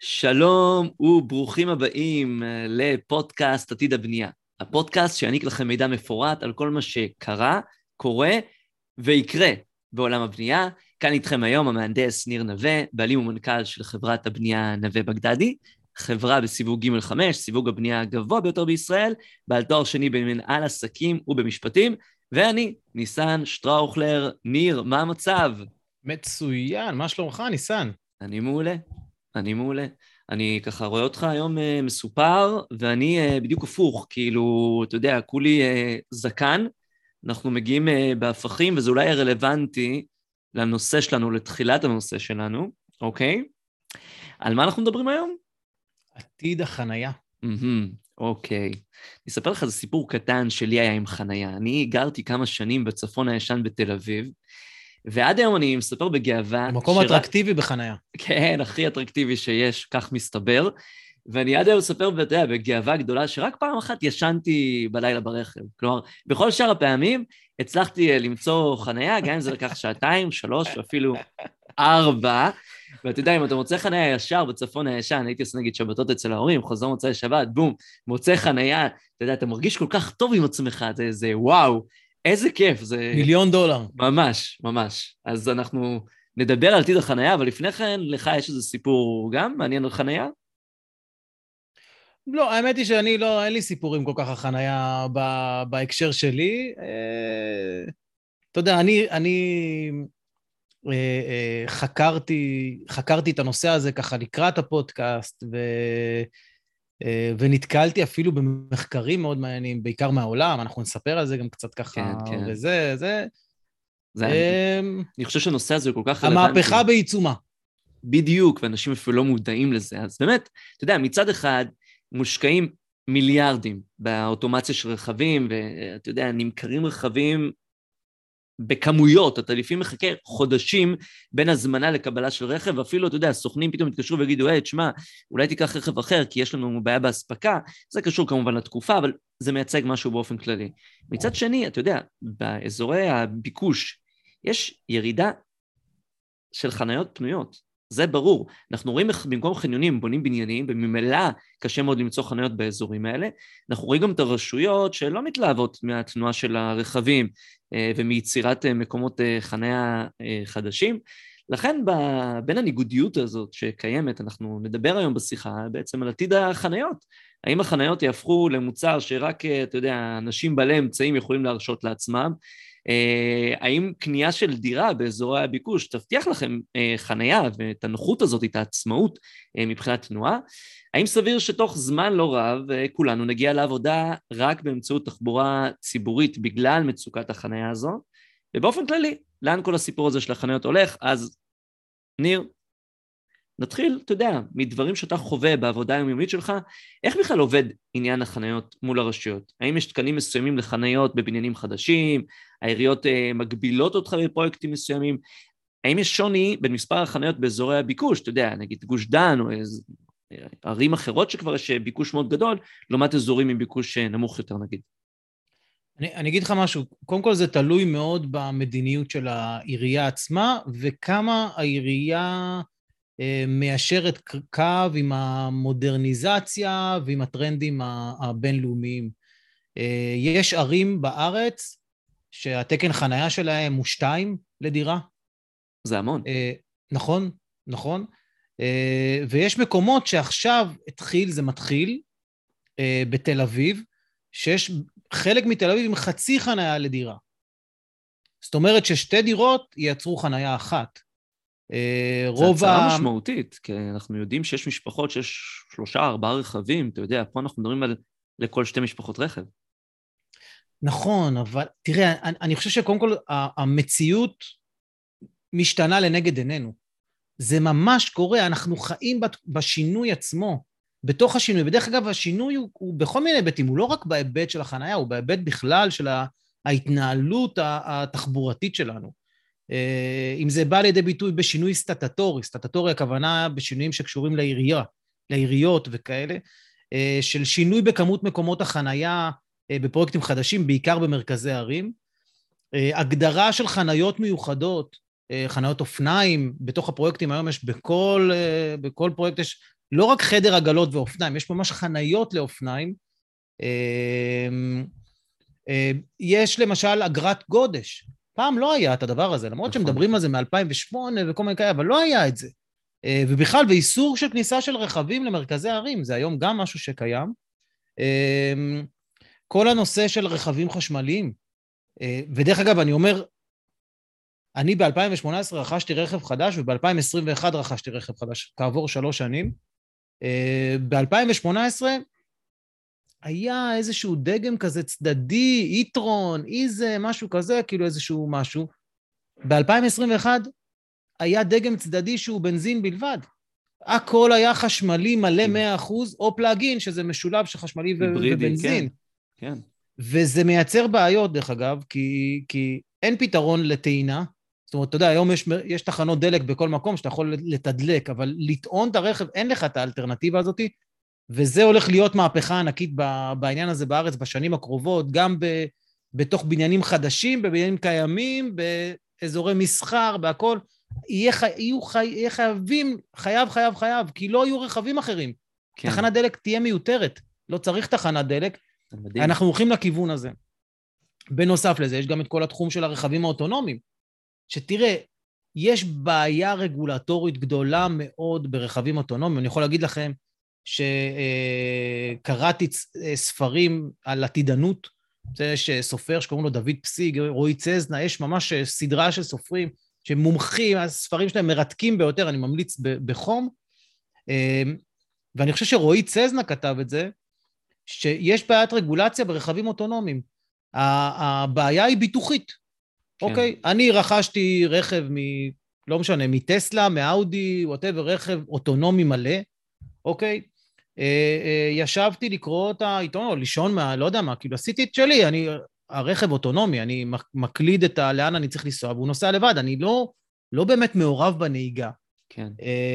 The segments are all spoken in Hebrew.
שלום וברוכים הבאים לפודקאסט עתיד הבנייה. הפודקאסט שיעניק לכם מידע מפורט על כל מה שקרה, קורה ויקרה בעולם הבנייה. כאן איתכם היום המהנדס ניר נווה, בעלים ומנכ"ל של חברת הבנייה נווה בגדדי, חברה בסיווג ג'5, סיווג הבנייה הגבוה ביותר בישראל, בעל תואר שני במנהל עסקים ובמשפטים, ואני, ניסן שטראוכלר. ניר, מה המצב? מצוין, מה שלומך, ניסן? אני מעולה. אני ככה רואה אותך היום מסופר, ואני בדיוק הפוך, כאילו, אתה יודע, כולי זקן, אנחנו מגיעים בהפכים, וזה אולי רלוונטי לנושא שלנו, לתחילת הנושא שלנו, אוקיי? על מה אנחנו מדברים היום? עתיד החנייה. אוקיי. אני אספר לך איזה סיפור קטן שלי היה עם חנייה. אני גרתי כמה שנים בצפון הישן בתל אביב, ועד היום אני מספר בגאווה... מקום אטרקטיבי בחנייה. כן, הכי אטרקטיבי שיש, כך מסתבר. ואני עד היום מספר, ואתה יודע, בגאווה גדולה, שרק פעם אחת ישנתי בלילה ברכב. כלומר, בכל שאר הפעמים הצלחתי למצוא חנייה, גם אם זה לקח 2, 3, או אפילו 4. ואתה יודע, אם אתה מוצא חנייה ישר בצפון הישן, הייתי עושה נגיד שבתות אצל ההורים, חוזר מוצאי שבת, בום, מוצא חנייה, אתה יודע, אתה מרגיש כל כך טוב עם עצמך, זה וואו. איזה כיף, זה... $1,000,000. ממש. אז אנחנו נדבר על עתיד החנייה, אבל לפני כן, לך יש איזה סיפור גם מעניין על חנייה? לא, האמת היא שאני לא, אין לי סיפורים כל כך על חנייה בהקשר שלי. אתה יודע, אני חקרתי את הנושא הזה ככה לקראת הפודקאסט, ונתקלתי אפילו במחקרים מאוד מעניינים, בעיקר מהעולם, אנחנו נספר על זה גם קצת ככה, כן. וזה... אני חושב שהנושא הזה הוא כל כך רלוונטי. המהפכה בעיצומה. בדיוק, ואנשים אפילו לא מודעים לזה. אז באמת, אתה יודע, מצד אחד מושקעים מיליארדים באוטומציה של רכבים, ואתה יודע, נמכרים רכבים בכמויות, אתה לפעמים מחכה חודשים בין הזמנה לקבלה של רכב, ואפילו, אתה יודע, הסוכנים פתאום התקשרו ויגידו, תשמע, אולי תיקח רכב אחר, כי יש לנו בעיה בהספקה, זה קשור כמובן לתקופה, אבל זה מייצג משהו באופן כללי. מצד שני, אתה יודע, באזורי הביקוש, יש ירידה של חניות פנויות, זה ברור. אנחנו רואים איך במקום חניונים בונים בניינים, וממילא קשה מאוד למצוא חניות באזורים האלה. אנחנו רואים גם את הרשויות שלא מתלהבות מהתנועה של הרכבים, ומיצירת מקומות חניה חדשים. לכן בין הניגודיות הזאת שקיימת, אנחנו נדבר היום בשיחה בעצם על עתיד החניות. האם החניות יהפכו למוצר שרק, אתה יודע, אנשים בעלי אמצעים יכולים להרשות לעצמם? האם קנייה של דירה באזורי הביקוש תבטיח לכם חנייה ואת הנוחות הזאת, את העצמאות מבחינת תנועה? האם סביר שתוך זמן לא רב כולנו נגיע לעבודה רק באמצעות תחבורה ציבורית בגלל מצוקת החנייה הזו? ובאופן כללי, לאן כל הסיפור הזה של החניות הולך? אז ניר, נתחיל, אתה יודע, מדברים שאתה חווה בעבודה היומיומית שלך, איך בכלל עובד עניין החניות מול הרשויות? האם יש תקנים מסוימים לחניות בבניינים חדשים? העיריות מגבילות אותך בפרויקטים מסוימים? האם יש שוני בין מספר החניות באזורי הביקוש? אתה יודע, נגיד גוש דן או ערים אחרות שכבר יש ביקוש מאוד גדול, לעומת אזורים עם ביקוש נמוך יותר נגיד. אני אגיד לך משהו, קודם כל זה תלוי מאוד במדיניות של העירייה עצמה, וכמה העירייה מיישרת קו עם המודרניזציה ועם הטרנדים הבינלאומיים. יש ערים בארץ שהתקן חנייה שלהם הוא 2 לדירה. זה המון. נכון. ויש מקומות שעכשיו זה מתחיל בתל אביב, שיש חלק מתל אביב עם חצי חנייה לדירה. זאת אומרת ש2 דירות ייצרו חנייה אחת. זה הצעה משמעותית, כי אנחנו יודעים שיש משפחות שיש 3-4 רכבים, אתה יודע, פה אנחנו מדברים על לכל 2 משפחות רכב. נכון, אבל תראה, אני חושב שקודם כל המציאות משתנה לנגד עינינו. זה ממש קורה, אנחנו חיים בשינוי עצמו, בתוך השינוי. בדרך אגב, השינוי הוא בכל מיני היבטים, הוא לא רק בהיבט של החנייה, הוא בהיבט בכלל של ההתנהלות התחבורתית שלנו. אם זה בא לידי ביטוי בשינוי סטטוטורי הכוונה בשינויים שקשורים לעיריות וכאלה, של שינוי בכמות מקומות החנייה בפרויקטים חדשים, בעיקר במרכזי ערים, הגדרה של חניות מיוחדות, חניות אופניים, בתוך הפרויקטים היום יש בכל פרויקט יש לא רק חדר עגלות ואופניים, יש ממש חניות לאופניים. יש למשל אגרת גודש. פעם לא היה את הדבר הזה, למרות שמדברים על זה מ-2008 וכל מיני כאלה, אבל לא היה את זה. ובכלל, ואיסור של כניסה של רכבים למרכזי הערים, זה היום גם משהו שקיים. כל הנושא של רכבים חשמליים, ודרך אגב, אני אומר, אני ב-2018 רכשתי רכב חדש, וב-2021 רכשתי רכב חדש, כעבור 3 שנים. ב-2018 היה איזשהו דגם כזה צדדי, איטרון, איזה, משהו כזה, כאילו איזשהו משהו. ב-2021 היה דגם צדדי שהוא בנזין בלבד. הכל היה חשמלי מלא 100%, או פלאגין, שזה משולב של חשמלי ובנזין. כן. וזה מייצר בעיות, דרך אגב, כי אין פתרון לטעינה. זאת אומרת, אתה יודע, היום יש תחנות דלק בכל מקום שאתה יכול לתדלק, אבל לטעון את הרכב, אין לך את האלטרנטיבה הזאת, וזה הולך להיות מהפכה ענקית בעניין הזה בארץ בשנים הקרובות, גם בתוך בניינים חדשים, בבניינים קיימים, באזורי מסחר, בהכל. יהיה חייב, כי לא יהיו רכבים אחרים. כן. תחנת דלק תהיה מיותרת, לא צריך תחנת דלק. אנחנו הולכים לכיוון הזה. בנוסף לזה, יש גם את כל התחום של הרכבים האוטונומיים, שתראה, יש בעיה רגולטורית גדולה מאוד ברכבים אוטונומיים. אני יכול להגיד לכם שקראתי ספרים על עתידנות, יש סופר שקוראים לו דוד פסיג, רועי צזנה, יש ממש סדרה של סופרים שמומחים, הספרים שלהם מרתקים ביותר, אני ממליץ בחום, ואני חושב שרועי צזנה כתב את זה, שיש בעיית רגולציה ברכבים אוטונומיים. הבעיה היא ביטוחית. אוקיי? אני רכשתי רכב לא משנה, מטסלה, מאאודי, whatever, רכב אוטונומי מלא, אוקיי? ישבתי לקרוא את העיתון, או לישון לא יודע מה, כאילו עשיתי את שלי, הרכב אוטונומי, אני מקליד לאן אני צריך לנסוע, והוא נוסע לבד, אני לא באמת מעורב בנהיגה. כן.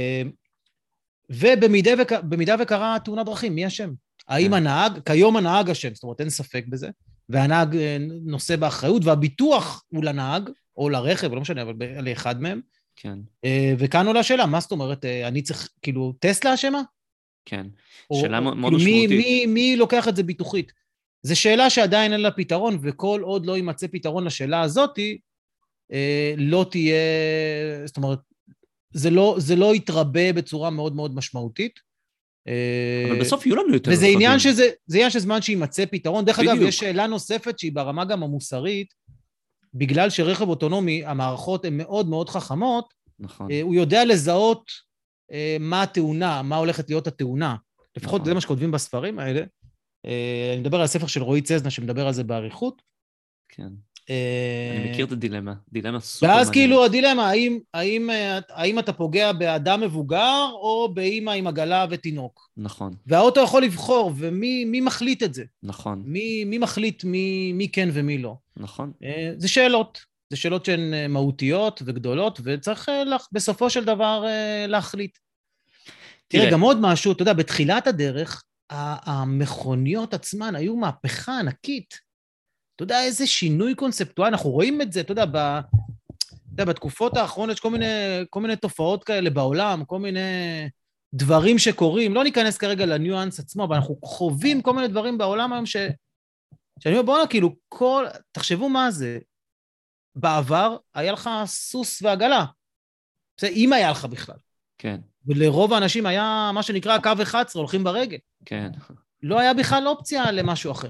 ובמידה וקרה תאונת דרכים, מי אשם? האם הנהג, כיום הנהג אשם, זאת אומרת, אין ספק בזה, והנהג נושא באחריות, והביטוח הוא לנהג, או לרכב, לא משנה, אבל לאחד מהם. כן. וכאן עולה שאלה, מה זאת אומרת, אני צריך, כאילו, טסלה אשמה? כן, שאלה מאוד משמעותית. מי לוקח את זה ביטוחית? זו שאלה שעדיין אין לה פתרון, וכל עוד לא יימצא פתרון לשאלה הזאת, לא תהיה, זאת אומרת, זה לא יתרבה בצורה מאוד מאוד משמעותית. אבל בסוף יהיו לנו יותר וזה עניין של זמן שימצא פתרון. דרך אגב, יש שאלה נוספת שהיא ברמה גם המוסרית, בגלל שרכב אוטונומי, המערכות הן מאוד מאוד חכמות, נכון. הוא יודע לזהות מה התאונה, מה הולכת להיות התאונה. לפחות זה מה שכותבים בספרים האלה. אני מדבר על הספר של רועי צזנה, שמדבר על זה בעריכות. כן. אני מכיר את הדילמה, דילמה סופר מעניינת. ואז כאילו הדילמה, האם אתה פוגע באדם מבוגר, או באמא עם עגלה ותינוק? נכון. והאוטו יכול לבחור, ומי מחליט את זה? נכון. מי מחליט מי כן ומי לא? נכון. זה שאלות שהן מהותיות וגדולות, וצריך בסופו של דבר להחליט. תראה, גם עוד משהו, אתה יודע, בתחילת הדרך, המכוניות עצמן היו מהפכה ענקית. אתה יודע, איזה שינוי קונספטואלי, אנחנו רואים את זה, אתה יודע, בתקופות האחרונות יש כל מיני תופעות כאלה בעולם, כל מיני דברים שקורים, לא ניכנס כרגע לניואנס עצמו, אבל אנחנו חווים כל מיני דברים בעולם היום שאני אומר, בואו, כאילו, תחשבו מה זה, בעבר היה לך סוס ועגלה, זה אם היה לך בכלל. כן. ולרוב האנשים היה מה שנקרא קו 11, הולכים ברגל. כן. לא היה בכלל אופציה למשהו אחר.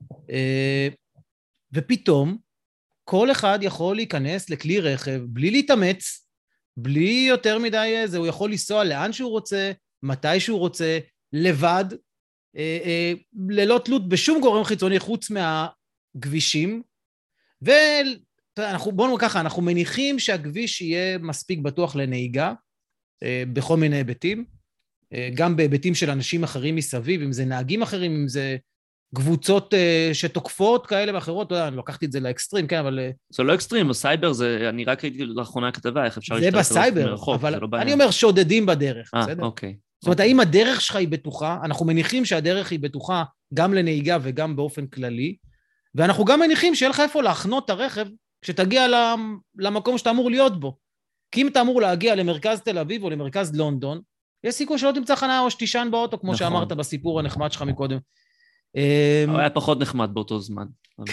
ופתאום, כל אחד יכול להיכנס לכלי רכב, בלי להתאמץ, בלי יותר מדי זה, הוא יכול לנסוע לאן שהוא רוצה, מתי שהוא רוצה, לבד, ללא תלות בשום גורם חיצוני חוץ מהכבישים, בואו נאמר ככה, אנחנו מניחים שהכביש יהיה מספיק בטוח לנהיגה, בכל מיני היבטים, גם בהיבטים של אנשים אחרים מסביב, אם זה נהגים אחרים, אם זה קבוצות שתוקפות כאלה ואחרות, אתה יודע, אני לקחתי את זה לאקסטרים, כן, אבל... זה לא אקסטרים, הסייבר זה, אני רק ראיתי לאחרונה כתבה, איך אפשר להשתלט בסייבר, אבל אני אומר שודדים בדרך, בסדר? אוקיי. זאת אומרת, האם הדרך שלך היא בטוחה? אנחנו מניחים שהדרך היא בטוחה גם לנהיגה וגם באופן כללי, ואנחנו גם מניחים שיהיה לך איפה להחנות את הרכב כשתגיע למקום שאתה אמור להיות בו. כי אם אתה אמור להגיע למרכז תל אביב או למרכז לונדון, יש סיכוי שלא תמצא חניה או שתישן באוטו, כמו נכון. שאמרת בסיפור הנחמד שלך מקודם. הוא היה פחות נחמד באותו זמן. אבל...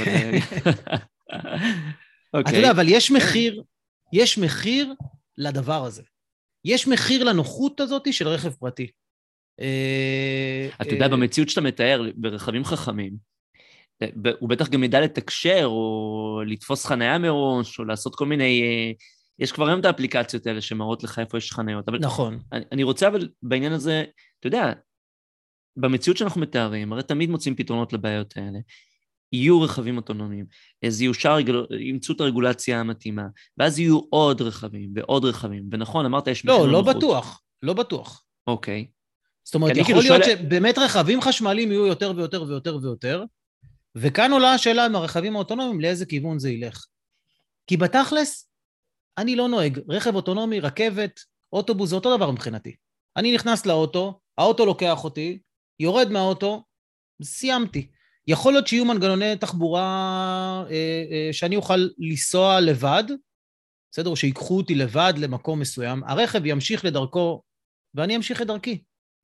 אתה יודע, אבל יש מחיר לדבר הזה. יש מחיר לנוחות הזאת של רכב פרטי. אתה יודע, במציאות שאתה מתאר, ברכבים חכמים, הוא בטח גם ידע לתקשר, או לתפוס חניה מראש, או לעשות כל מיני... יש כבר היום את האפליקציות האלה שמראות לך איפה יש חניות. נכון. אני רוצה אבל בעניין הזה, אתה יודע, במציאות שאנחנו מתארים, הרי תמיד מוצאים פתרונות לבעיות האלה. יהיו רכבים אוטונומיים, אז ימצאו את הרגולציה המתאימה, ואז יהיו עוד רכבים ועוד רכבים. ונכון, אמרת, יש מחיר לנוחות. לא בטוח. אוקיי. זאת אומרת, יכול להיות שבאמת רכבים חשמליים יהיו יותר ויותר ויותר ויותר, וכאן עולה השאלה עם הרכבים האוטונומיים, לאיזה כיוון זה ילך. כי בתכלס, אני לא נוהג. רכב אוטונומי, רכבת, אוטובוס, זה אותו דבר מבחינתי. אני נכנס לאוטו, האוטו לוקח אותי, יורד מהאוטו, סיימתי. יכול להיות שיהיו מנגנוני תחבורה שאני אוכל לנסוע לבד, בסדר? או שיקחו אותי לבד למקום מסוים, הרכב ימשיך לדרכו, ואני אמשיך לדרכי.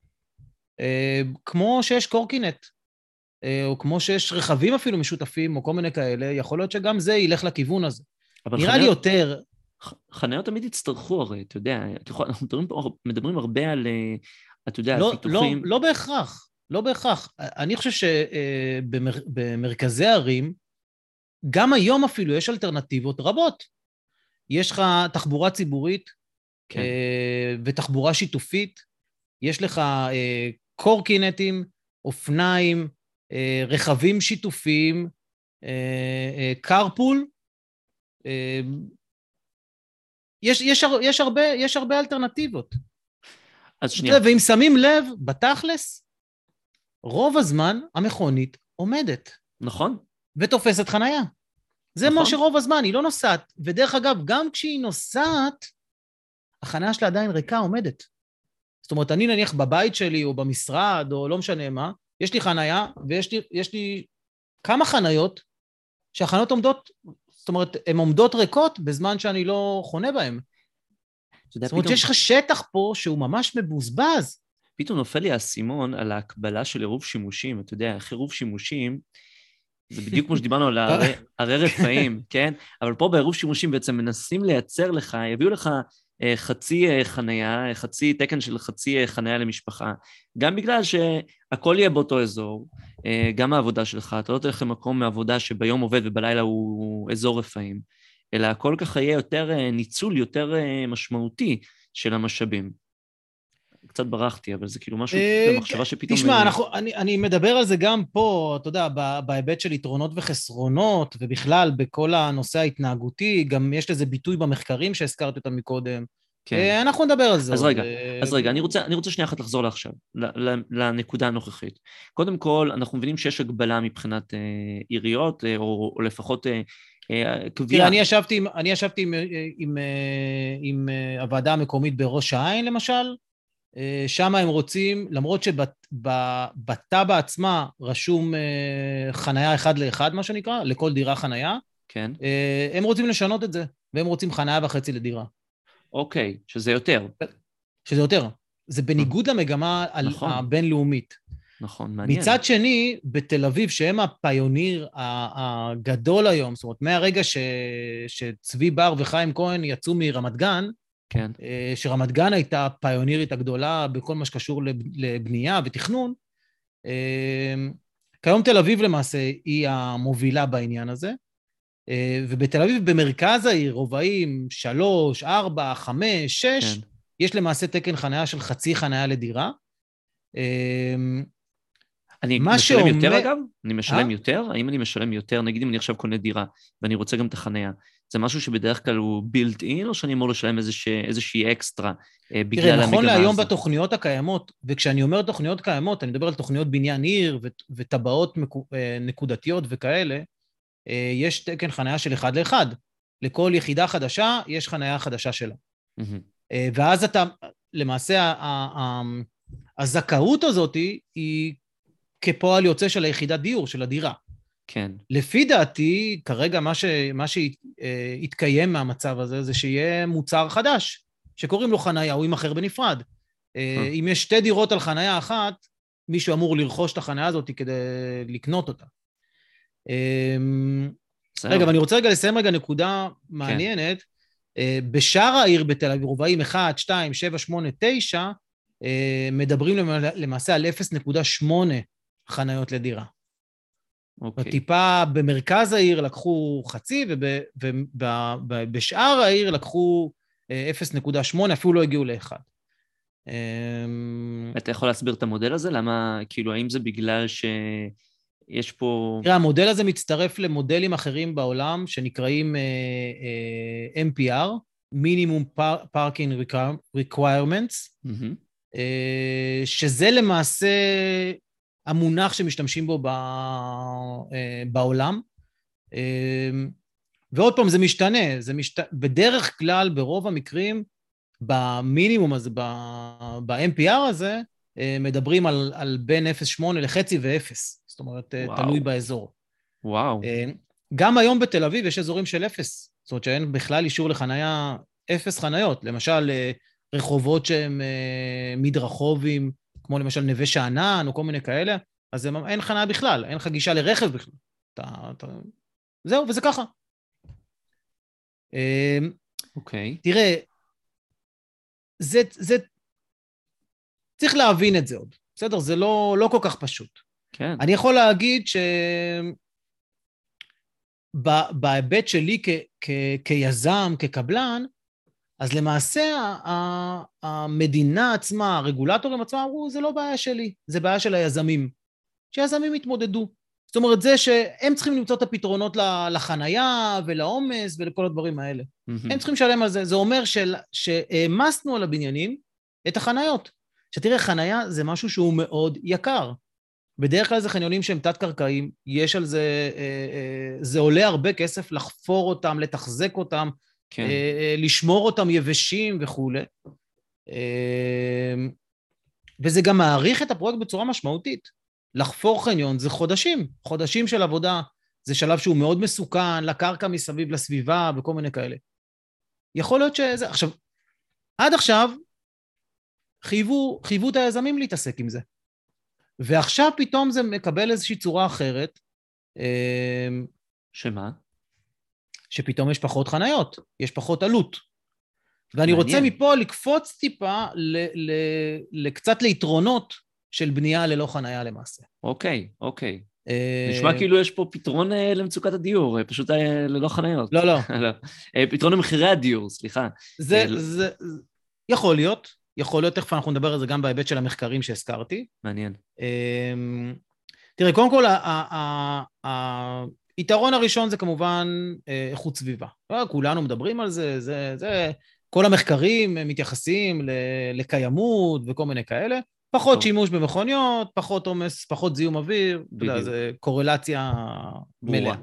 כמו שיש קורקינט, או כמו שיש רכבים אפילו משותפים, או כל מיני כאלה, יכול להיות שגם זה ילך לכיוון הזה. נראה לי יותר... חניות תמיד יצטרכו הרי, אתה יודע, אנחנו מדברים הרבה על, אתה יודע, פיתוחים... לא בהכרח. לא בהכרח. אני חושב שבמרכזי ערים, גם היום אפילו יש אלטרנטיבות רבות. יש לך תחבורה ציבורית, כן. ותחבורה שיתופית, יש לך קורקינטים, אופניים, רכבים שיתופיים, קרפול, יש הרבה אלטרנטיבות. אז שנייה. ואם שמים לב, בתכלס, רוב הזמן המכונית עומדת. נכון. ותופסת חנייה. זה נכון. מה שרוב הזמן, היא לא נוסעת. ודרך אגב, גם כשהיא נוסעת, החנייה שלה עדיין ריקה, עומדת. זאת אומרת, אני נניח בבית שלי, או במשרד, או לא משנה מה, יש לי חנייה, ויש לי כמה חניות, שהחניות עומדות, זאת אומרת, הן עומדות ריקות, בזמן שאני לא חונה בהן. זאת אומרת, יש לך שטח פה, שהוא ממש מבוזבז. פתאום נופל לי האסימון על ההקבלה של עירוב שימושים. אתה יודע, איך עירוב שימושים, זה בדיוק כמו שדיברנו על ערי רפאים, כן? אבל פה בעירוב שימושים בעצם מנסים לייצר לך, יביאו לך חצי חנייה, חצי תקן של חצי חנייה למשפחה, גם בגלל שהכל יהיה באותו אזור, גם העבודה שלך, אתה לא תלך למקום מעבודה שביום עובד ובלילה הוא אזור רפאים, אלא הכל ככה יהיה יותר ניצול, יותר משמעותי של המשאבים. קצת ברחתי, אבל זה כאילו משהו במחשבה שפתאום... תשמע, אני מדבר על זה גם פה, אתה יודע, בהיבט של יתרונות וחסרונות, ובכלל בכל הנושא ההתנהגותי, גם יש לזה ביטוי במחקרים שהזכרתי אותם מקודם. כן. אנחנו נדבר על זה. אז רגע, אני רוצה שנייה אחת לחזור לעכשיו, לנקודה הנוכחית. קודם כל, אנחנו מבינים שיש הגבלה מבחינת עיריות, או לפחות קביעה. אני ישבתי עם הוועדה המקומית בראש העין, למשל, שם הם רוצים, למרות שבתב"ע עצמה רשום חנייה 1:1, מה שנקרא, לכל דירה חנייה, כן. הם רוצים לשנות את זה, והם רוצים 1.5 חניה לדירה. אוקיי, שזה יותר. שזה יותר. זה בניגוד למגמה הבינלאומית. נכון, מעניין. מצד שני, בתל אביב, שהם הפיוניר הגדול היום, זאת אומרת, מהרגע שצבי בר וחיים כהן יצאו מרמת גן, כן. שרמת גן הייתה הפיונירית הגדולה בכל מה שקשור לבנייה ותכנון, כיום תל אביב למעשה היא המובילה בעניין הזה, ובתל אביב במרכז העיר, רובעים 3, 4, 5, 6, כן. יש למעשה תקן חניה של חצי חניה לדירה. אני משלם יותר אגב? אני משלם יותר? האם אני משלם יותר? נגיד אם אני עכשיו קונה דירה ואני רוצה גם את החניה, זה משהו שבדרך כלל הוא built in, או שאני אמור לשלם איזושהי אקסטרה בגלל המגמה הזאת? תראה, נכון להיום בתוכניות הקיימות, וכשאני אומר תוכניות קיימות, אני מדבר על תוכניות בניין עיר וטבעות נקודתיות וכאלה, יש תקן חניה של 1:1. לכל יחידה חדשה יש חניה חדשה שלה. ואז אתה, למעשה, הזכאות הזאת היא כפועל יוצא של היחידת דיור, של הדירה. כן. לפי דעתי, כרגע מה שהתקיים מהמצב הזה, זה שיהיה מוצר חדש, שקוראים לו חניה, הוא יימכר בנפרד. אם יש 2 דירות על חנייה אחת, מישהו אמור לרכוש את החנייה הזאת כדי לקנות אותה. רגע, ואני רוצה לסיים נקודה מעניינת. בשאר העיר בתל אביב, רובעים 1, 2, 7, 8, 9, מדברים למעשה על 0.8 חניות לדירה. טיפה במרכז העיר לקחו חצי, ובשאר העיר לקחו 0.8, אפילו לא הגיעו ל1. אתה יכול להסביר את המודל הזה? למה, כאילו, האם זה בגלל שיש פה... תראה, המודל הזה מצטרף למודלים אחרים בעולם, שנקראים MPR, Minimum Parking Requirements, שזה למעשה המונח שמשתמשים בו בעולם. ועוד פעם, זה משתנה. בדרך כלל, ברוב המקרים, במינימום הזה, ב-MPR הזה, מדברים על בין 0.8 לחצי ו-0. זאת אומרת, תלוי באזור. וואו. גם היום בתל אביב יש אזורים של 0. זאת אומרת שאין בכלל אישור לחנייה, 0 חניות. למשל, רחובות שהם מדרחובים, כמו למשל נווה שאנן או כל מיני כאלה, אז אין חניה בכלל, אין לך גישה לרכב בכלל. זהו, וזה ככה. אוקיי. תראה, זה צריך להבין את זה עוד, בסדר? זה לא כל כך פשוט. כן. אני יכול להגיד בהיבט שלי כיזם, כקבלן, אז למעשה המדינה עצמה, הרגולטורים עצמם אמרו, זה לא בעיה שלי, זה בעיה של היזמים. שיזמים יתמודדו. זאת אומרת, זה שהם צריכים למצוא את הפתרונות לחנייה ולעומס ולכל הדברים האלה. הם צריכים לשלם על זה. זה אומר שהמסנו על הבניינים את החניות. שתראה, חנייה זה משהו שהוא מאוד יקר. בדרך כלל זה חניונים שהם תת-קרקעיים, יש על זה, זה עולה הרבה כסף לחפור אותם, לתחזק אותם, כן. לשמור אותם יבשים וכו'. וזה גם מעריך את הפרויקט בצורה משמעותית. לחפור חניון זה חודשים של עבודה, זה שלב שהוא מאוד מסוכן, לקרקע מסביב לסביבה וכל מיני כאלה. יכול להיות שזה, עכשיו, עד עכשיו, חייבו את היזמים להתעסק עם זה. ועכשיו פתאום זה מקבל איזושהי צורה אחרת. שמה? שפתאום יש פחות חניות, יש פחות עלות. ואני רוצה מפה לקפוץ טיפה לקצת ליתרונות של בנייה ללא חניה למעשה. אוקיי. נשמע כאילו יש פה פתרון למצוקת הדיור, פשוט ללא חניות. לא. פתרון למחירי הדיור, סליחה. זה יכול להיות, תכף אנחנו נדבר על זה גם בהיבט של המחקרים שהזכרתי. מעניין. תראה, קודם כל, היתרון הראשון זה כמובן איכות סביבה. כולנו מדברים על זה, כל המחקרים מתייחסים לקיימות וכל מיני כאלה. פחות שימוש במכוניות, פחות עומס, פחות זיהום אוויר, זה קורלציה מלאה.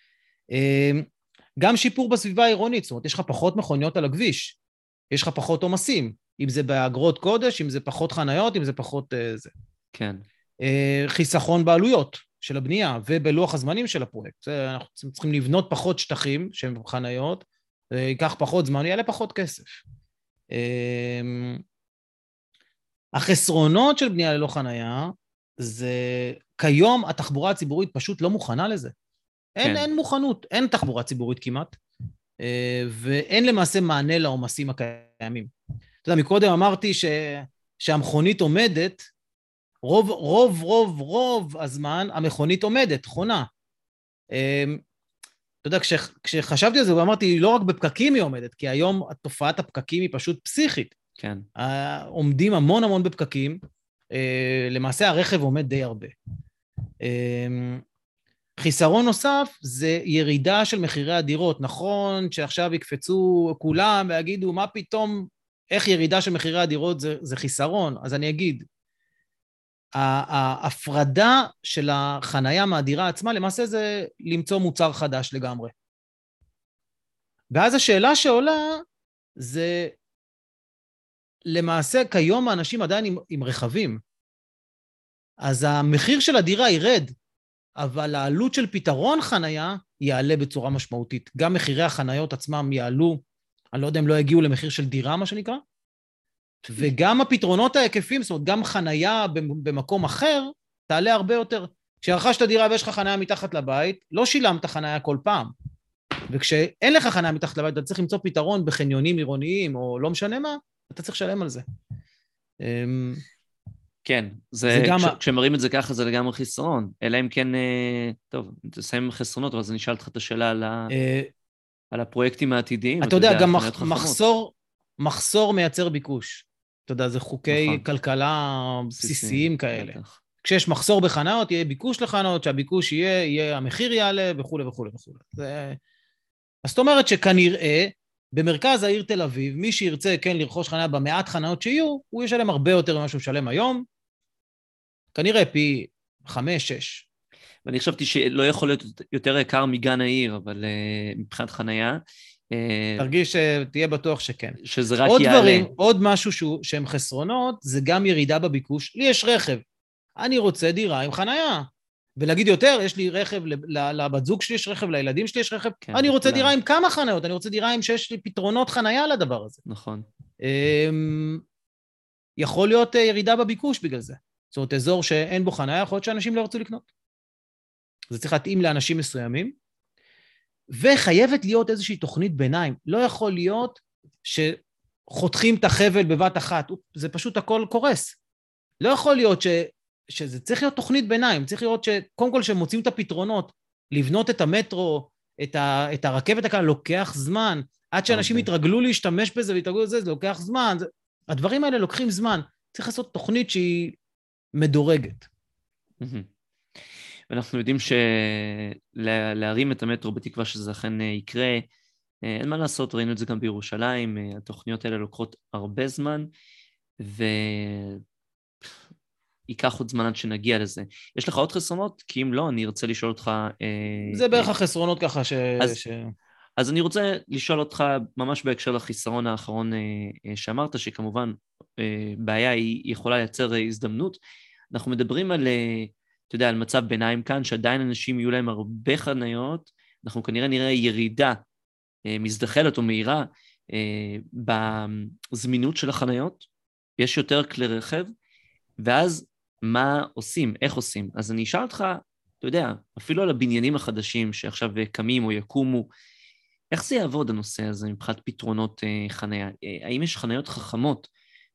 גם שיפור בסביבה העירונית, זאת אומרת, יש לך פחות מכוניות על הכביש, יש לך פחות עומסים, אם זה באגרות קודש, אם זה פחות חניות, אם זה פחות זה. כן. חיסכון בעלויות של הבנייה ובלוח הזמנים של הפרויקט. אנחנו צריכים לבנות פחות שטחים שהם חניות, ייקח פחות זמן, יעלה פחות כסף. החסרונות של בנייה ללא חנייה, זה כיום התחבורה הציבורית פשוט לא מוכנה לזה. אין מוכנות, אין תחבורה ציבורית כמעט, ואין למעשה מענה לעומסים הקיימים. אתה יודע, מקודם אמרתי שהמכונית עומדת, רוב הזמן המכונית עומדת, חונה. אתה יודע, כשחשבתי על זה, ואמרתי, לא רק בפקקים היא עומדת, כי היום תופעת הפקקים היא פשוט פסיכית. כן. עומדים המון בפקקים, למעשה הרכב עומד די הרבה. חיסרון נוסף זה ירידה של מחירי הדירות. נכון שעכשיו יקפצו כולם ויגידו, מה פתאום, איך ירידה של מחירי הדירות זה חיסרון? אז אני אגיד, ההפרדה של החנייה מהדירה עצמה, למעשה זה למצוא מוצר חדש לגמרי. ואז השאלה שעולה זה, למעשה כיום האנשים עדיין עם רכבים, אז המחיר של הדירה ירד, אבל העלות של פתרון חנייה יעלה בצורה משמעותית. גם מחירי החניות עצמם יעלו, אני לא יודע אם לא יגיעו למחיר של דירה, מה שנקרא, וגם הפתרונות ההיקפים, זאת אומרת, גם חנייה במקום אחר, תעלה הרבה יותר. כשרכשת דירה ויש לך חנייה מתחת לבית, לא שילמת חנייה כל פעם. וכשאין לך חנייה מתחת לבית, אתה צריך למצוא פתרון בחניונים עירוניים, או לא משנה מה, אתה צריך לשלם על זה. כן, כשמראים את זה ככה, זה לגמרי חיסרון. אלא אם כן, טוב, תסיים עם חסרונות, אבל אז אני אשאל אותך את השאלה על הפרויקטים העתידיים. אתה יודע, גם מחסור מייצר ביקוש. אתה יודע, זה חוקי כלכלה בסיסיים כאלה. כשיש מחסור בחניות, יהיה ביקוש לחניות, שהביקוש יהיה, המחיר יעלה, וכו' וכו' וכו'. אז זאת אומרת שכנראה, במרכז העיר תל אביב, מי שירצה כן לרכוש חניה במעט חניות שיהיו, הוא ישלם הרבה יותר ממה שהוא משלם היום, כנראה פי 5-6. ואני חשבתי שלא יכול להיות יותר יקר מגן העיר, אבל מבחינת חניה... תרגיש שתהיה בטוח שכן. שזה רק עוד יעלה. דברים, עוד משהו שהם חסרונות, זה גם ירידה בביקוש. לי יש רכב, אני רוצה דירה עם חניה. ולהגיד יותר, יש לי רכב, לבת זוג שלי יש רכב, לילדים שלי יש רכב, כן, אני רוצה דירה עם כמה חניות, אני רוצה דירה עם שיש לי פתרונות חניה לדבר הזה. נכון. יכול להיות ירידה בביקוש בגלל זה. זאת אומרת, אזור שאין בו חניה, יכול להיות שאנשים לא ירצו לקנות. זה צריך להתאים לאנשים מסוימים, וחייבת להיות איזושהי תוכנית ביניים. לא יכול להיות שחותכים את החבל בבת אחת, זה פשוט הכל קורס. לא יכול להיות שזה צריך להיות תוכנית ביניים, צריך להיות שקודם כל שמוצאים את הפתרונות, לבנות את המטרו, את הרכבת הקלה, לוקח זמן, עד שאנשים יתרגלו להשתמש בזה ויתרגלו לזה, זה לוקח זמן, הדברים האלה לוקחים זמן, צריך לעשות תוכנית שהיא מדורגת. ואנחנו יודעים שלהרים את המטרו בתקווה שזה אכן יקרה, אין מה לעשות, ראינו את זה גם בירושלים, התוכניות האלה לוקחות הרבה זמן, ייקח עוד זמן עד שנגיע לזה. יש לך עוד חסרונות? כי אם לא, אני ארצה לשאול אותך... זה בערך החסרונות ככה אז אני רוצה לשאול אותך ממש בהקשר לחיסרון האחרון שאמרת, שכמובן בעיה היא יכולה לייצר הזדמנות. אנחנו מדברים על, אתה יודע, על מצב ביניים כאן, שעדיין אנשים יהיו להם הרבה חניות, אנחנו כנראה נראה ירידה מזדחלת או מהירה בזמינות של החניות, יש יותר כלי רכב, ואז מה עושים? איך עושים? אז אני אשאל אותך, אתה יודע, אפילו על הבניינים החדשים שעכשיו קמים או יקומו, איך זה יעבוד הנושא הזה מבחינת פתרונות חניה? האם יש חניות חכמות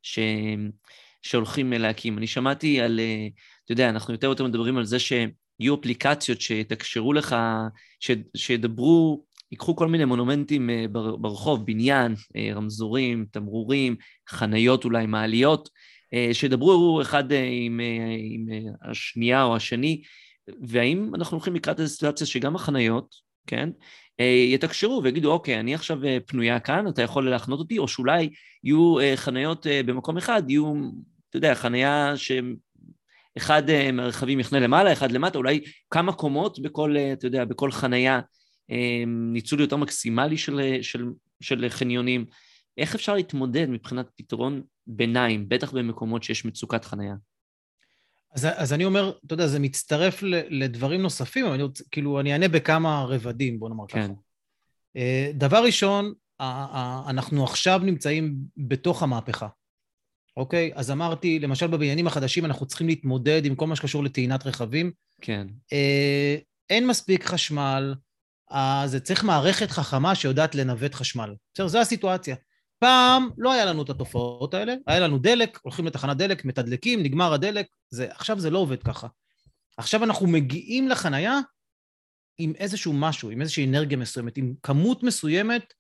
שהולכים להקים? אני שמעתי על, אתה יודע, אנחנו יותר ויותר מדברים על זה שיהיו אפליקציות שתקשרו לך, שידברו, ייקחו כל מיני מונומנטים ברחוב, בניין, רמזורים, תמרורים, חניות אולי, מעליות, שידברו אחד עם השנייה או השני, והאם אנחנו הולכים לקראת איזו סיטואציה שגם החניות, כן, יתקשרו ויגידו, אוקיי, אני עכשיו פנויה כאן, אתה יכול להחנות אותי, או שאולי יהיו חניות במקום אחד, יהיו, אתה יודע, חניה שאחד מהרכבים יחנה למעלה, אחד למטה, אולי כמה קומות בכל, אתה יודע, בכל חניה, ניצול יותר מקסימלי של חניונים. איך אפשר להתמודד מבחינת פתרון ביניים, בטח במקומות שיש מצוקת חניה? אז אני אומר, אתה יודע, זה מצטרף לדברים נוספים, אבל כאילו אני אענה בכמה רבדים, בוא נאמר ככה. דבר ראשון, אנחנו עכשיו נמצאים בתוך המהפכה, אוקיי? אז אמרתי, למשל בבניינים החדשים, אנחנו צריכים להתמודד עם כל מה שקשור לטעינת רכבים. כן. אין מספיק חשמל, אז צריך מערכת חכמה שיודעת לנווט חשמל. בסדר, זו הסיטואציה. פעם לא היה לנו את התופעות האלה, היה לנו דלק, הולכים לתחנת דלק, מתדלקים, נגמר הדלק, עכשיו זה לא עובד ככה. עכשיו אנחנו מגיעים לחנייה עם איזשהו משהו, עם איזושהי אנרגיה מסוימת, עם כמות מסוימת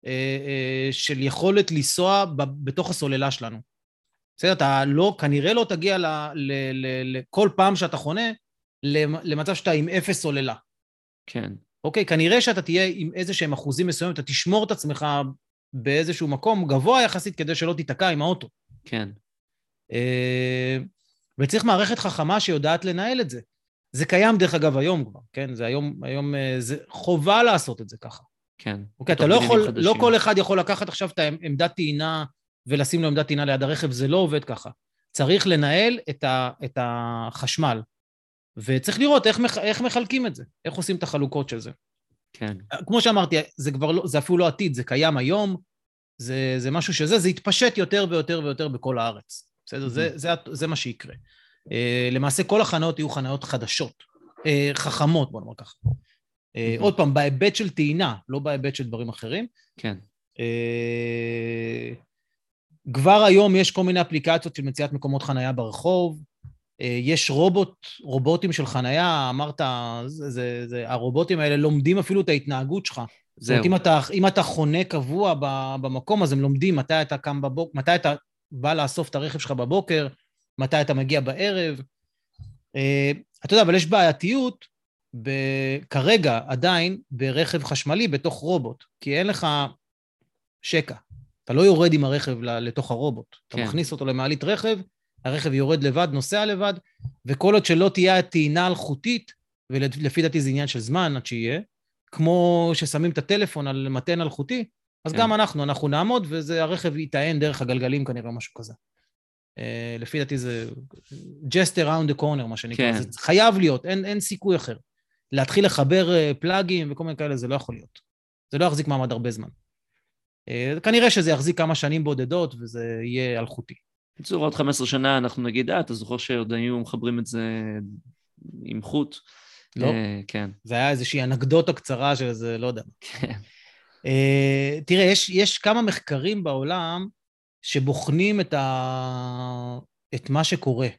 של יכולת לנסוע בתוך הסוללה שלנו. בסדר, אתה כנראה לא תגיע לכל פעם שאתה חונה, למצב שאתה עם 0 סוללה. כן. אוקיי, כנראה שאתה תהיה עם איזשהם אחוזים מסוימים, אתה תשמור את עצמך באיזשהו מקום גבוה יחסית כדי שלא תיתקע עם האוטו. כן. וצריך מערכת חכמה שיודעת לנהל את זה. זה קיים דרך אגב היום כבר, כן? זה היום זה חובה לעשות את זה ככה. כן. אוקיי, אתה לא כל אחד יכול לקחת עכשיו את העמדת טעינה ולשים לו עמדת טעינה ליד הרכב, זה לא עובד ככה. צריך לנהל את החשמל, וצריך לראות איך מחלקים את זה, איך עושים את החלוקות של זה. כן. כמו שאמרתי, זה אפילו לא עתיד, זה קיים היום, זה משהו זה יתפשט יותר ויותר ויותר בכל הארץ. בסדר? זה מה שיקרה. למעשה כל החניות יהיו חניות חדשות, חכמות, בוא נאמר ככה. עוד פעם, בהיבט של טעינה, לא בהיבט של דברים אחרים. כן. כבר היום יש כל מיני אפליקציות של מציאת מקומות חנייה ברחוב, יש רובוטים של חנייה, אמרת, הרובוטים האלה לומדים אפילו את ההתנהגות שלך. זאת אומרת, אם אתה חונה קבוע במקום, אז הם לומדים מתי אתה קם בבוקר, מתי אתה בא לאסוף את הרכב שלך בבוקר, מתי אתה מגיע בערב. אתה יודע, אבל יש בעייתיות כרגע עדיין ברכב חשמלי בתוך רובוט, כי אין לך שקע. אתה לא יורד עם הרכב לתוך הרובוט. אתה מכניס אותו למעלית רכב, הרכב יורד לבד, נוסע לבד, וכל עוד שלא תהיה טעינה אלחוטית, ולפי דעתי זה עניין של זמן עד שיהיה, כמו ששמים את הטלפון על מתן אלחוטי, אז גם אנחנו נעמוד, והרכב יטען דרך הגלגלים כנראה משהו כזה. לפי דעתי זה just around the corner, מה שנקרא. זה חייב להיות, אין סיכוי אחר. להתחיל לחבר פלאגים וכל מיני כאלה, זה לא יכול להיות. זה לא יחזיק מעמד הרבה זמן. כנראה שזה יחזיק כמה שנים בודדות, וזה יהיה אלחוטי. בצורה עוד 15 שנה אנחנו נגיד, אתה זוכר שעוד היו מחברים את זה עם חוט? לא. כן. זה היה איזושהי אנקדוטה קצרה של איזה, לא יודע. כן. תראה, יש כמה מחקרים בעולם שבוחנים את מה שקורה.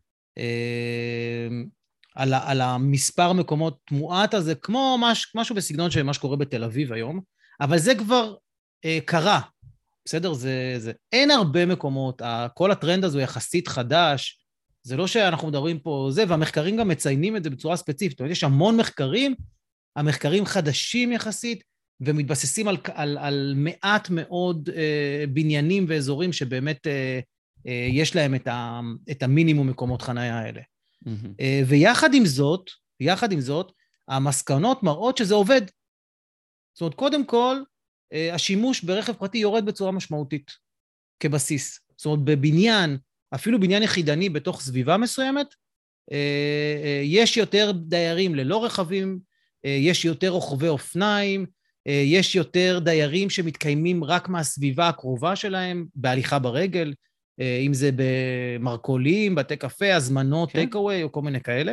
על המספר מקומות תמועת הזה, כמו משהו בסגנון של מה שקורה בתל אביב היום, אבל זה כבר קרה. בסדר? אין הרבה מקומות, כל הטרנד הזה הוא יחסית חדש, זה לא שאנחנו מדברים פה והמחקרים גם מציינים את זה בצורה ספציפית, זאת אומרת, יש המון מחקרים, המחקרים חדשים יחסית, ומתבססים על מעט מאוד בניינים ואזורים שבאמת יש להם את המינימום מקומות חנייה האלה. ויחד עם זאת, המסקנות מראות שזה עובד. זאת אומרת, קודם כל, השימוש ברכב פרטי יורד בצורה משמעותית כבסיס. זאת אומרת, בבניין, אפילו בניין יחידני בתוך סביבה מסוימת, יש יותר דיירים ללא רכבים, יש יותר רוכבי אופניים, יש יותר דיירים שמתקיימים רק מהסביבה הקרובה שלהם, בהליכה ברגל, אם זה במרכולים, בתי קפה, הזמנות, טייק-אווי או כל מיני כאלה.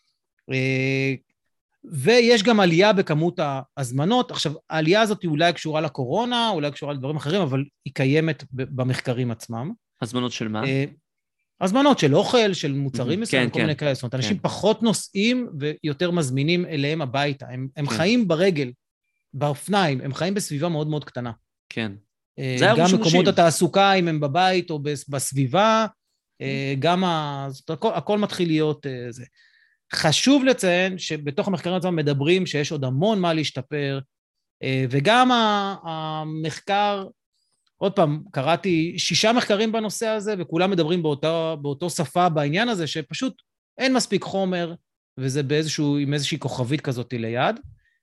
ויש גם עלייה בכמות ההזמנות. עכשיו, העלייה הזאת היא אולי קשורה לקורונה, אולי קשורה לדברים אחרים, אבל היא קיימת במחקרים עצמם. הזמנות של מה? הזמנות של אוכל, של מוצרים מסוים, כל מיני כאלה. זאת אומרת, אנשים פחות נוסעים ויותר מזמינים אליהם הביתה. הם חיים ברגל, באופניים, הם חיים בסביבה מאוד מאוד קטנה. כן. גם מקומות התעסוקה, אם הם בבית או בסביבה, גם הכל מתחיל להיות זה. חשוב לציין שבתוך המחקרים עצמם מדברים שיש עוד המון מה להשתפר, וגם המחקר, עוד פעם, קראתי 6 מחקרים בנושא הזה, וכולם מדברים באותו שפה בעניין הזה, שפשוט אין מספיק חומר, וזה עם איזושהי כוכבית כזאת ליד.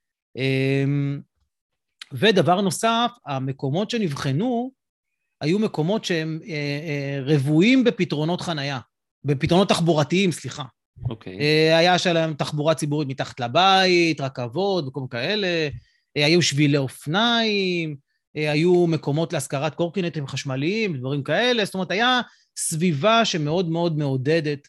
ודבר נוסף, המקומות שנבחנו, היו מקומות שהם רבועים בפתרונות חנייה, בפתרונות תחבורתיים, סליחה. אוקיי. היה שלהם תחבורה ציבורית מתחת לבית, רכבות וכל כאלה, היו שבילי אופניים, היו מקומות להשכרת קורקינטים חשמליים, דברים כאלה, זאת אומרת, היה סביבה שמאוד מאוד מעודדת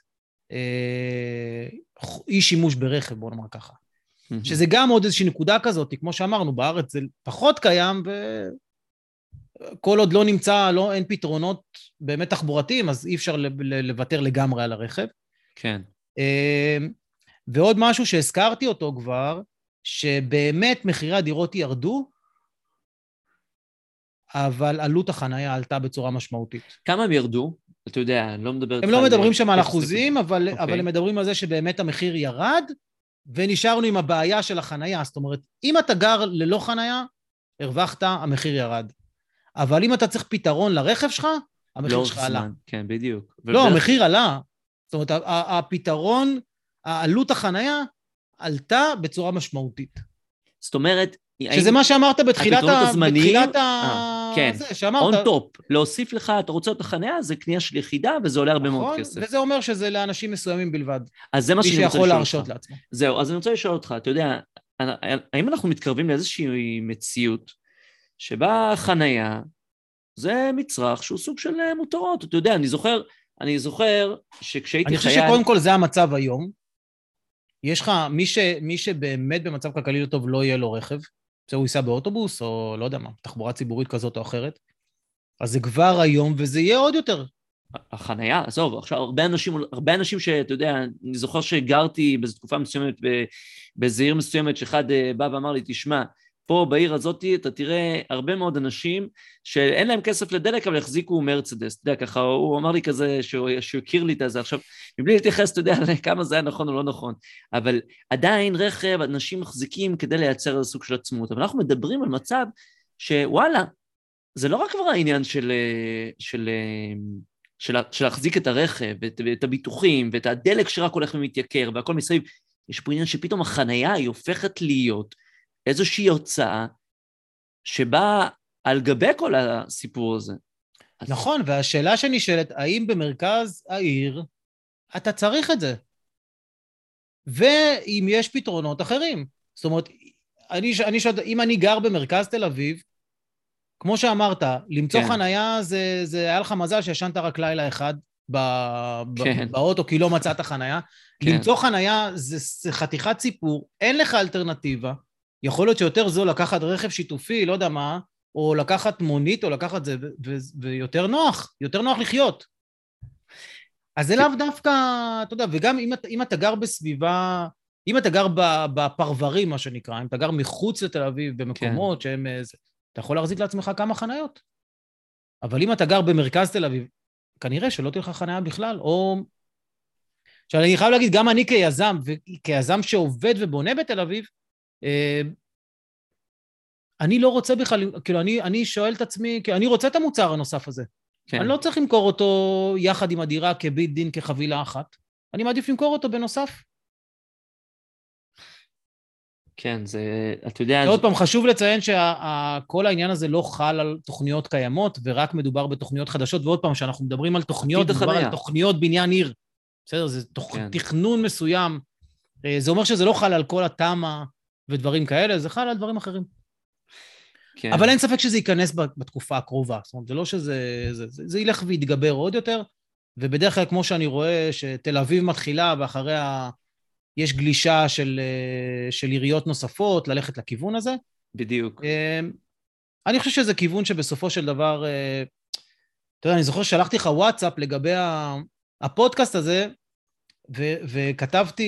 אי שימוש ברכב, בוא נאמר ככה. שזה גם עוד איזושהי נקודה כזאת, כמו שאמרנו, בארץ זה פחות קיים, וכל עוד לא נמצא, אין פתרונות באמת תחבורתיים, אז אי אפשר לוותר לגמרי על הרכב. כן. ועוד משהו שהזכרתי אותו כבר, שבאמת מחירי הדירות ירדו, אבל עלות החנייה עלתה בצורה משמעותית. כמה הם ירדו? אתה יודע, אני לא מדבר... הם לא מדברים שם על אחוזים, אבל הם מדברים על זה שבאמת המחיר ירד, ונשארנו עם הבעיה של החנייה. זאת אומרת, אם אתה גר ללא חנייה, הרווחת, המחיר ירד. אבל אם אתה צריך פתרון לרכב שלך, המחיר שלך עלה. כן, בדיוק. לא, המחיר עלה. זאת אומרת, הפתרון, העלות החנייה, עלתה בצורה משמעותית. זאת אומרת... שזה מה שאמרת בתחילת כן, on top, להוסיף לך, אתה רוצה את החניה, זה קנייה של יחידה, וזה עולה הרבה מאוד כסף. וזה אומר שזה לאנשים מסוימים בלבד. אז זה מה שאני רוצה לשאול אותך. זהו, אז אני רוצה לשאול אותך, אתה יודע, האם אנחנו מתקרבים לאיזושהי מציאות, שבה חניה זה מצרך שהוא סוג של מותרות. אתה יודע, אני זוכר שכשהייתי אני חושב חייל... שקודם כל זה המצב היום. יש לך, מי שבאמת במצב כלכלי לא טוב, לא יהיה לו רכב. זה הוא ייסע באוטובוס, או לא יודע מה, תחבורה ציבורית כזאת או אחרת. אז זה כבר היום, וזה יהיה עוד יותר. החנייה, עזוב, עכשיו הרבה אנשים שאתה יודע, אני זוכר שגרתי באיזו תקופה מסוימת, באיזו עיר מסוימת, שאחד בא ואמר לי, תשמע, פה בעיר הזאת אתה תראה הרבה מאוד אנשים שאין להם כסף לדלק, אבל יחזיקו מרצדס, אתה יודע, ככה, הוא אמר לי כזה, שהוא הכיר לי את זה, עכשיו, מבלי להתייחס, אתה יודע, כמה זה היה נכון או לא נכון, אבל עדיין רכב, אנשים מחזיקים כדי לייצר איזה סוג של עצמות, אבל אנחנו מדברים על מצב שוואלה, זה לא רק כבר העניין של להחזיק את הרכב, ואת הביטוחים, ואת הדלק שרק הולך ומתייקר, והכל מסביב, יש פה עניין שפתאום החנייה היא הופכת להיות איזושהי הוצאה, שבאה על גבי כל הסיפור הזה. נכון, והשאלה שנשאלת, האם במרכז העיר אתה צריך את זה? ואם יש פתרונות אחרים. זאת אומרת, אם אני גר במרכז תל אביב, כמו שאמרת, למצוא חנייה זה היה לך מזל שישנת רק לילה אחד באוטו, כי לא מצאת חנייה. למצוא חנייה זה חתיכת סיפור, אין לך אלטרנטיבה, יכול להיות שיותר זול לקחת רכב שיתופי, לא יודע מה, או לקחת מונית, או לקחת זה, ויותר נוח, יותר נוח לחיות. אז זה לאו דווקא, אתה יודע, וגם אם אתה גר בסביבה, אם אתה גר בפרברים, מה שנקרא, אם אתה גר מחוץ לתל אביב, במקומות שהם... אתה יכול להחזיק לעצמך כמה חניות. אבל אם אתה גר במרכז תל אביב, כנראה שלא תהיה לך חניה בכלל, או... עכשיו, אני חייב להגיד, גם אני כיזם שעובד ובונה בתל אביב, אני לא רוצה בכלל, כאילו, אני שואל את עצמי, כי אני רוצה את המוצר הנוסף הזה. כן. אני לא צריך למכור אותו יחד עם הדירה כבית דין, כחבילה אחת. אני מעדיף למכור אותו בנוסף. כן, זה, אתה יודע... עוד פעם, חשוב לציין שכל העניין הזה לא חל על תוכניות קיימות, ורק מדובר בתוכניות חדשות, ועוד פעם, שאנחנו מדברים על תוכניות, מדובר על תוכניות בניין עיר. בסדר? זה תכנון מסוים. זה אומר שזה לא חל על כל התמה ודברים כאלה, זה חל על דברים אחרים. כן. אבל אין ספק שזה ייכנס בתקופה הקרובה. זאת אומרת, זה לא שזה... זה ילך ויתגבר עוד יותר, ובדרך כלל, כמו שאני רואה, שתל אביב מתחילה, ואחריה... יש גלישה של עיריות נוספות, ללכת לכיוון הזה. בדיוק. אני חושב שזה כיוון שבסופו של דבר, אתה יודע, אני זוכר שלחתי לך וואטסאפ לגבי הפודקאסט הזה, וכתבתי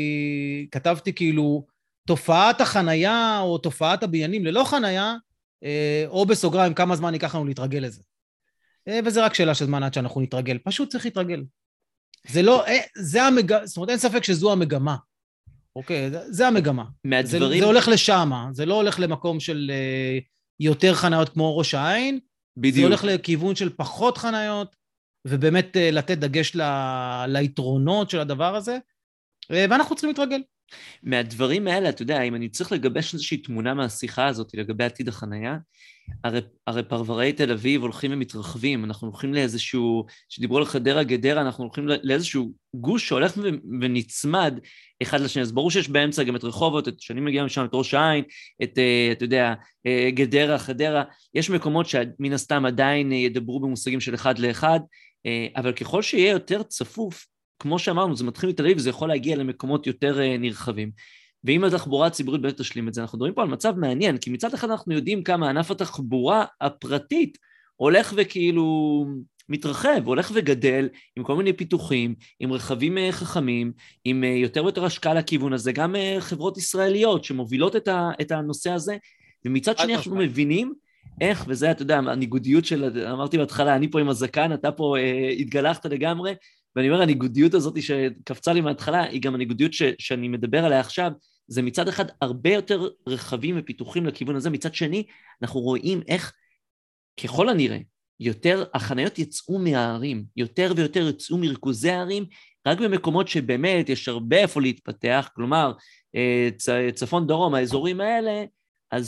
כאילו, תופעת החנייה, או תופעת הבניינים ללא חנייה, או בסוגריים, כמה זמן ייקח לנו להתרגל לזה. וזה רק שאלה של זמן עד שאנחנו נתרגל. פשוט צריך להתרגל. זה לא, זאת אומרת, אין ספק שזו המגמה. אוקיי, זה המגמה. מהדברים... זה הולך לשם, זה לא הולך למקום של יותר חניות כמו ראש העין, בדיוק. זה הולך לכיוון של פחות חניות, ובאמת לתת דגש ליתרונות של הדבר הזה, ואנחנו צריכים להתרגל. מהדברים האלה, אתה יודע, אם אני צריך לגבש איזושהי תמונה מהשיחה הזאת לגבי עתיד החנייה, הרי פרברי תל אביב הולכים ומתרחבים, אנחנו הולכים לאיזשהו, שדיברו על חדרה גדרה, אנחנו הולכים לאיזשהו גוש שהולך ונצמד אחד לשני, אז ברור שיש באמצע גם את רחובות, שאני מגיע משם, את ראש העין, אתה יודע, גדרה, חדרה, יש מקומות שמן הסתם עדיין ידברו במושגים של אחד לאחד, אבל ככל שיהיה יותר צפוף, כמו שאמרנו, זה מתחיל מתל אביב, וזה יכול להגיע למקומות יותר נרחבים. ואם התחבורה הציבורית באמת תשלים את זה, אנחנו מדברים פה על מצב מעניין, כי מצד אחד אנחנו יודעים כמה ענף התחבורה הפרטית הולך וכאילו מתרחב, הולך וגדל עם כל מיני פיתוחים, עם רכבים חכמים, עם יותר ויותר השקעה לכיוון הזה, גם חברות ישראליות שמובילות את הנושא הזה, ומצד שני אנחנו מבינים איך, וזה, אתה יודע, הניגודיות של, אמרתי בהתחלה, אני פה עם הזקן, אתה פה התגלחת לגמרי, ואני אומר, הניגודיות הזאת שקפצה לי מההתחלה, היא גם הניגודיות שאני מדבר עליה עכשיו, זה מצד אחד הרבה יותר רחבים ופיתוחים לכיוון הזה, מצד שני, אנחנו רואים איך, ככל הנראה, יותר החניות יצאו מהערים, יותר ויותר יצאו מרכוזי הערים, רק במקומות שבאמת יש הרבה איפה להתפתח, כלומר, צפון דרום, האזורים האלה, אז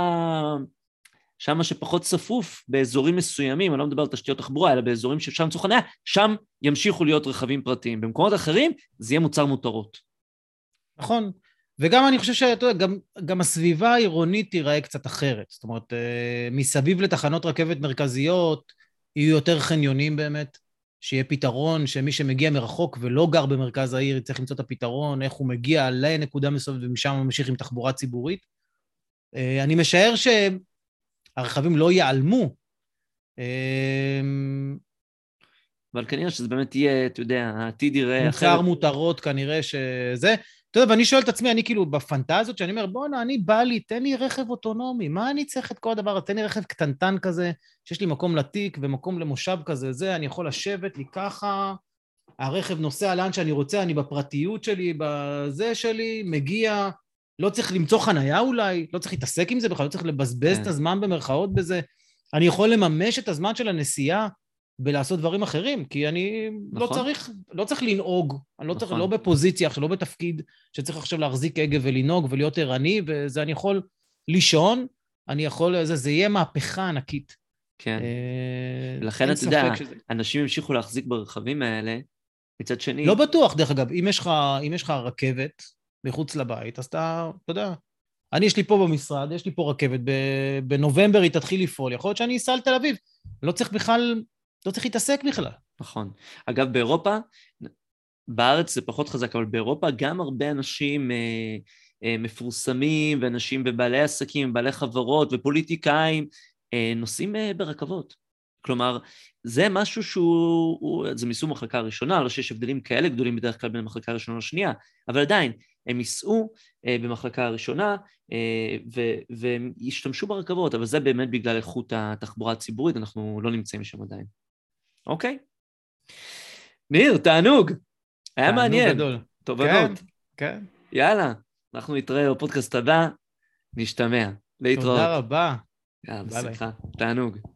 שמה שפחות צפוף באזורים מסוימים, אני לא מדבר על תשתיות תחבורה, אלא באזורים ששם צו חניה, שם ימשיכו להיות רכבים פרטיים. במקומות אחרים, זה יהיה מוצר מותרות. נכון, וגם אני חושב שאתה יודע, גם הסביבה העירונית תיראה קצת אחרת. זאת אומרת, מסביב לתחנות רכבת מרכזיות, יהיו יותר חניונים באמת, שיהיה פתרון, שמי שמגיע מרחוק ולא גר במרכז העיר, צריך למצוא את הפתרון, איך הוא מגיע לנקודה מסוימת ומשם הוא ממשיך עם תחבורה ציבורית. אני משער שהרכבים לא ייעלמו. אבל כנראה שזה באמת יהיה, אתה יודע, העתיד יראה אחרת. מוצר מותרות כנראה שזה. אתה יודע, ואני שואל את עצמי, אני כאילו בפנטזיות שאני אומר, בוא'נה, אני בא לי, תן לי רכב אוטונומי, מה אני צריך את כל הדבר הזה? תן לי רכב קטנטן כזה, שיש לי מקום לתיק ומקום למושב כזה, זה, אני יכול לשבת לי ככה, הרכב נוסע לאן שאני רוצה, אני בפרטיות שלי, בזה שלי, מגיע, לא צריך למצוא חנייה אולי, לא צריך להתעסק עם זה בכלל, לא צריך לבזבז את הזמן במרכאות בזה, אני יכול לממש את הזמן של הנסיעה, בלעשות דברים אחרים, כי אני נכון. לא צריך לנהוג, אני לא צריך, נכון. לא בפוזיציה, לא בתפקיד, שצריך עכשיו להחזיק הגה ולנהוג ולהיות ערני, וזה אני יכול לישון, אני יכול, זה יהיה מהפכה ענקית. כן. ולכן אתה יודע, אנשים המשיכו להחזיק ברכבים האלה, מצד שני... לא בטוח, דרך אגב, אם יש לך רכבת מחוץ לבית, אז אתה יודע, יש לי פה במשרד, יש לי פה רכבת, בנובמבר היא תתחיל לפעול, יכול להיות שאני אסע לתל אביב, לא צריך להתעסק בכלל. נכון. אגב, באירופה, בארץ זה פחות חזק, אבל באירופה גם הרבה אנשים מפורסמים, ואנשים בבעלי עסקים, בעלי חברות ופוליטיקאים, נוסעים ברכבות. כלומר, זה משהו זה מסוג מחלקה הראשונה, לא שיש הבדלים כאלה גדולים בדרך כלל בין המחלקה הראשונה לשנייה, אבל עדיין, הם ייסעו במחלקה הראשונה, והם ישתמשו ברכבות, אבל זה באמת בגלל איכות התחבורה הציבורית, אנחנו לא נמצאים שם עדיין. אוקיי? ניר, תענוג. היה מעניין. תענוג גדול. תובנות. כן. יאללה, אנחנו נתראה בפודקאסט הבא, נשתמע. להתראות. תודה רבה. יאללה, בשמחה. תענוג.